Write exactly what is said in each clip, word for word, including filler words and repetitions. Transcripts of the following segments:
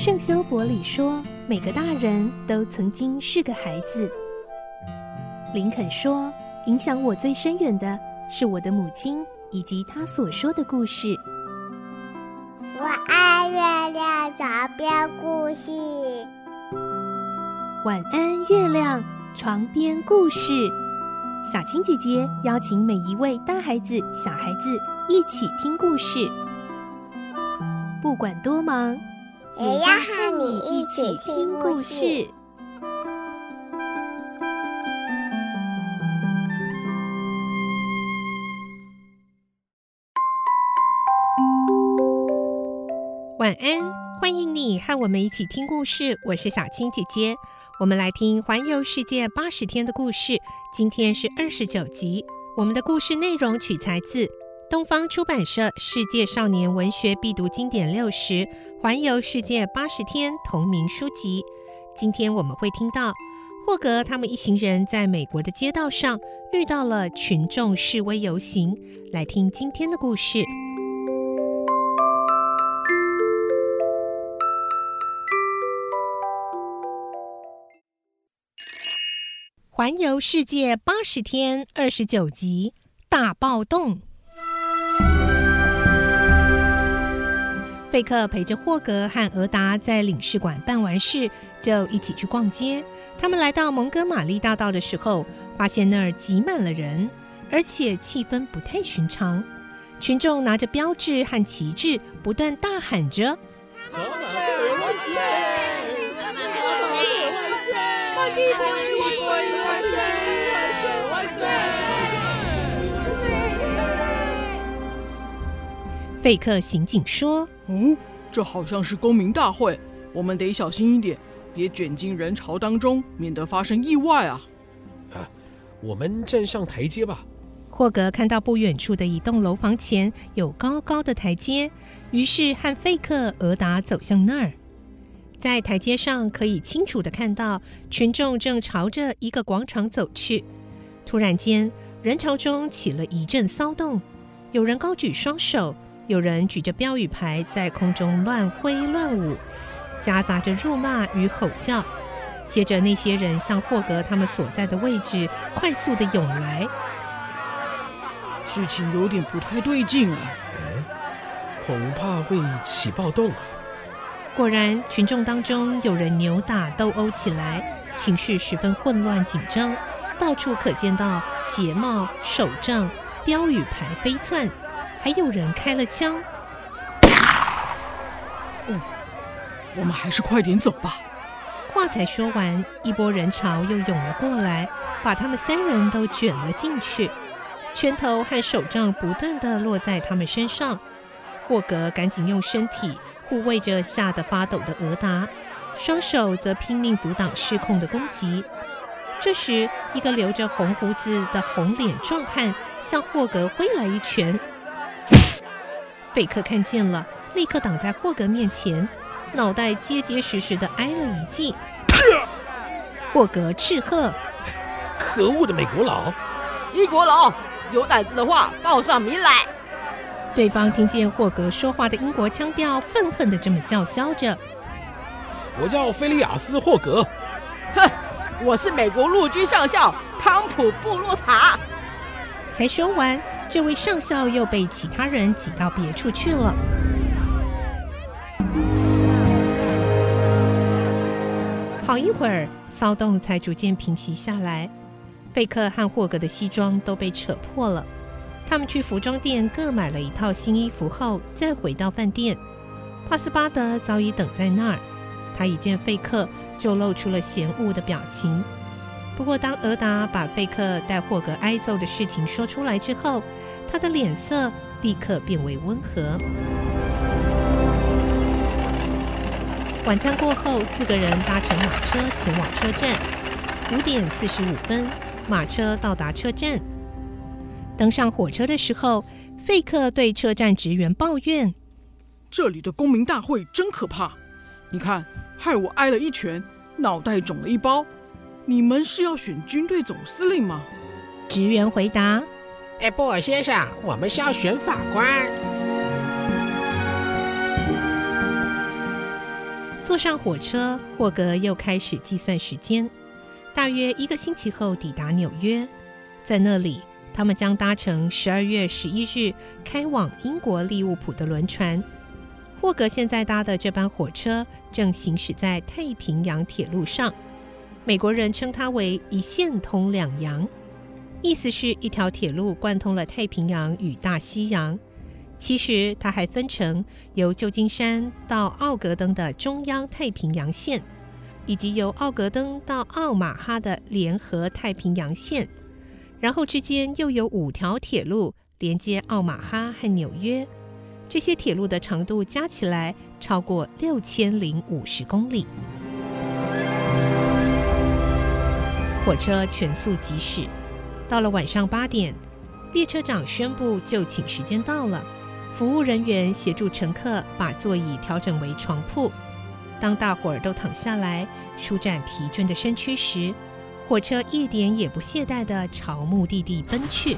圣修伯里说，每个大人都曾经是个孩子。林肯说，影响我最深远的是我的母亲以及她所说的故事。 我爱月亮床边故事。 晚安，月亮床边故事。小青姐姐邀请每一位大孩子、小孩子一起听故事，不管多忙， 也要和你一起听故事。 晚安，欢迎你和我们一起听故事，我是小青姐姐。我们来听环游世界八十天的故事，今天是二十九集。我们的故事内容取材自东方出版社《世界少年文学必读经典六十环游世界八十天》同名书籍。今天我们会听到霍格他们一行人在美国的街道上遇到了群众示威游行。来听今天的故事。环游世界八十天二十九集大暴动。费克陪着霍格和俄达在领事馆办完事，就一起去逛街。他们来到蒙哥马利大道的时候，发现那儿挤满了人，而且气氛不太寻常。群众拿着标志和旗帜，不断大喊着：“ 卡马贝尔万岁！卡马贝尔万岁！万岁！万岁！万岁！” 费克刑警说：“ 哦，这好像是公民大会，我们得小心一点，别卷进人潮当中，免得发生意外啊！” 啊，我们站上台阶吧。 霍格看到不远处的一栋楼房前有高高的台阶，于是和费克、俄达走向那儿。在台阶上可以清楚地看到，群众正朝着一个广场走去。突然间，人潮中起了一阵骚动，有人高举双手，有人举着标语牌在空中乱挥乱舞，夹杂着辱骂与吼叫。接着那些人向霍格他们所在的位置快速地涌来。 事情有点不太对劲啊！ 哎，恐怕会起暴动啊！ 果然，群众当中有人扭打斗殴起来，情绪十分混乱紧张，到处可见到鞋帽、手杖、标语牌飞窜，还有人开了枪。 嗯，我们还是快点走吧。 话才说完，一波人潮又涌了过来，把他们三人都卷了进去。拳头和手杖不断地落在他们身上，霍格赶紧用身体护卫着吓得发抖的俄达，双手则拼命阻挡失控的攻击。这时，一个留着红胡子的红脸壮汉向霍格挥来一拳。费克看见了，立刻挡在霍格面前，脑袋结结实实地挨了一记。霍格斥喝：“ 可恶的美国佬！ 英国佬！有胆子的话，报上名来！” 对方听见霍格说话的英国腔调，愤恨地这么叫嚣着：“ 我叫菲利亚斯·霍格。”“ 哼，我是美国陆军上校康普·布洛塔。” 才说完，这位上校又被其他人挤到别处去了。好一会儿，骚动才逐渐平息下来。费克和霍格的西装都被扯破了，他们去服装店各买了一套新衣服后，再回到饭店。帕斯巴德早已等在那儿，他一见费克就露出了嫌恶的表情。不过，当俄达把费克带霍格挨揍的事情说出来之后，他的脸色立刻变为温和。晚餐过后，四个人搭乘马车前往车站。五点四十五分，马车到达车站。登上火车的时候，费克对车站职员抱怨：“ 这里的公民大会真可怕！你看，害我挨了一拳，脑袋肿了一包。你们是要选军队总司令吗？” 职员回答：“ 哎，波尔先生，我们是要选法官。” 坐上火车，霍格又开始计算时间。大约一个星期后抵达纽约，在那里，他们将搭乘十二月十一日开往英国利物浦的轮船。霍格现在搭的这班火车正行驶在太平洋铁路上，美国人称它为一线通两洋，意思是一条铁路贯通了太平洋与大西洋。其实它还分成由旧金山到奥格登的中央太平洋线，以及由奥格登到奥马哈的联合太平洋线，然后之间又有五条铁路连接奥马哈和纽约。这些铁路的长度加起来超过六千零五十公里。火车全速疾驶，到了晚上八点，列车长宣布就寝时间到了。服务人员协助乘客把座椅调整为床铺。当大伙儿都躺下来，舒展疲倦的身躯时，火车一点也不懈怠地朝目的地奔去。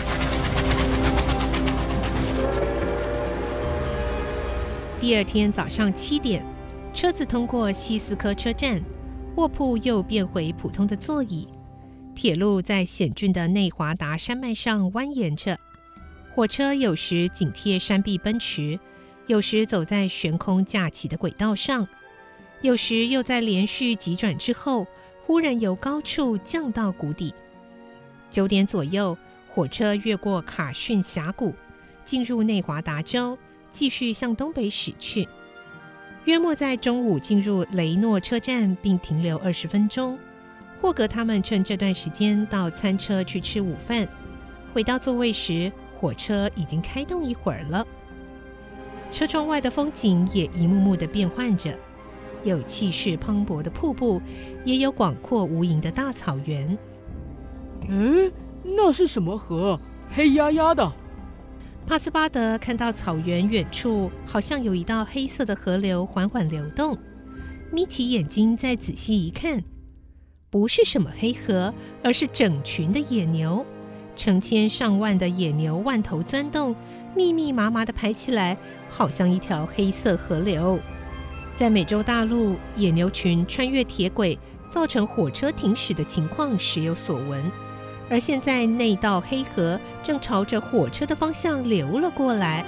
第二天早上七点，车子通过西斯科车站，卧铺又变回普通的座椅。铁路在险峻的内华达山脉上蜿蜒着。火车有时紧贴山壁奔驰，有时走在悬空架起的轨道上，有时又在连续急转之后，忽然由高处降到谷底。九点左右，火车越过卡逊峡谷，进入内华达州，继续向东北驶去。约莫在中午进入雷诺车站，并停留二十分钟。霍格他们趁这段时间到餐车去吃午饭。回到座位时，火车已经开动一会儿了。车窗外的风景也一幕幕的变换着，有气势磅礴的瀑布，也有广阔无垠的大草原。 诶，那是什么河？黑压压的。 帕斯巴德看到草原远处好像有一道黑色的河流缓缓流动，眯起眼睛再仔细一看，不是什么黑河，而是整群的野牛。成千上万的野牛万头钻动，密密麻麻地排起来，好像一条黑色河流。在美洲大陆，野牛群穿越铁轨，造成火车停驶的情况时有所闻。而现在那道黑河正朝着火车的方向流了过来。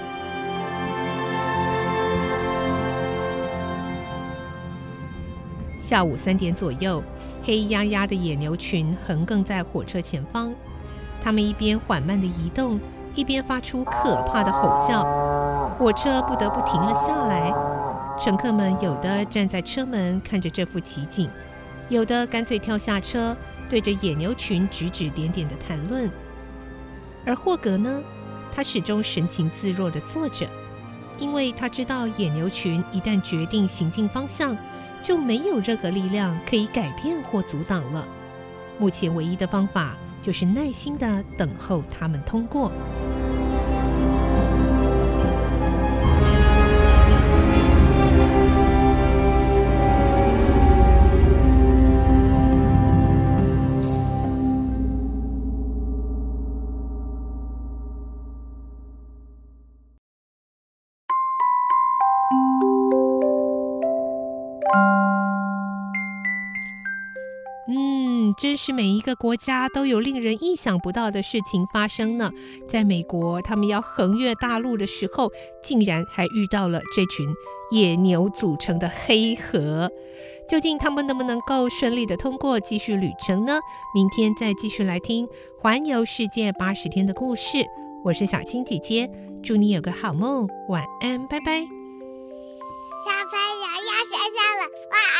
下午三点左右，黑压压的野牛群横亘在火车前方。他们一边缓慢地移动，一边发出可怕的吼叫。火车不得不停了下来。乘客们有的站在车门看着这幅奇景，有的干脆跳下车，对着野牛群指指点点地谈论。而霍格呢，他始终神情自若地坐着，因为他知道野牛群一旦决定行进方向，就没有任何力量可以改变或阻挡了。目前唯一的方法就是耐心地等候他们通过。嗯，真是每一个国家都有令人意想不到的事情发生呢。在美国，他们要横越大陆的时候，竟然还遇到了这群野牛组成的黑河。究竟他们能不能够顺利的通过继续旅程呢？明天再继续来听环游世界八十天的故事。我是小青姐姐，祝你有个好梦，晚安，拜拜。 小朋友要睡觉了，晚安。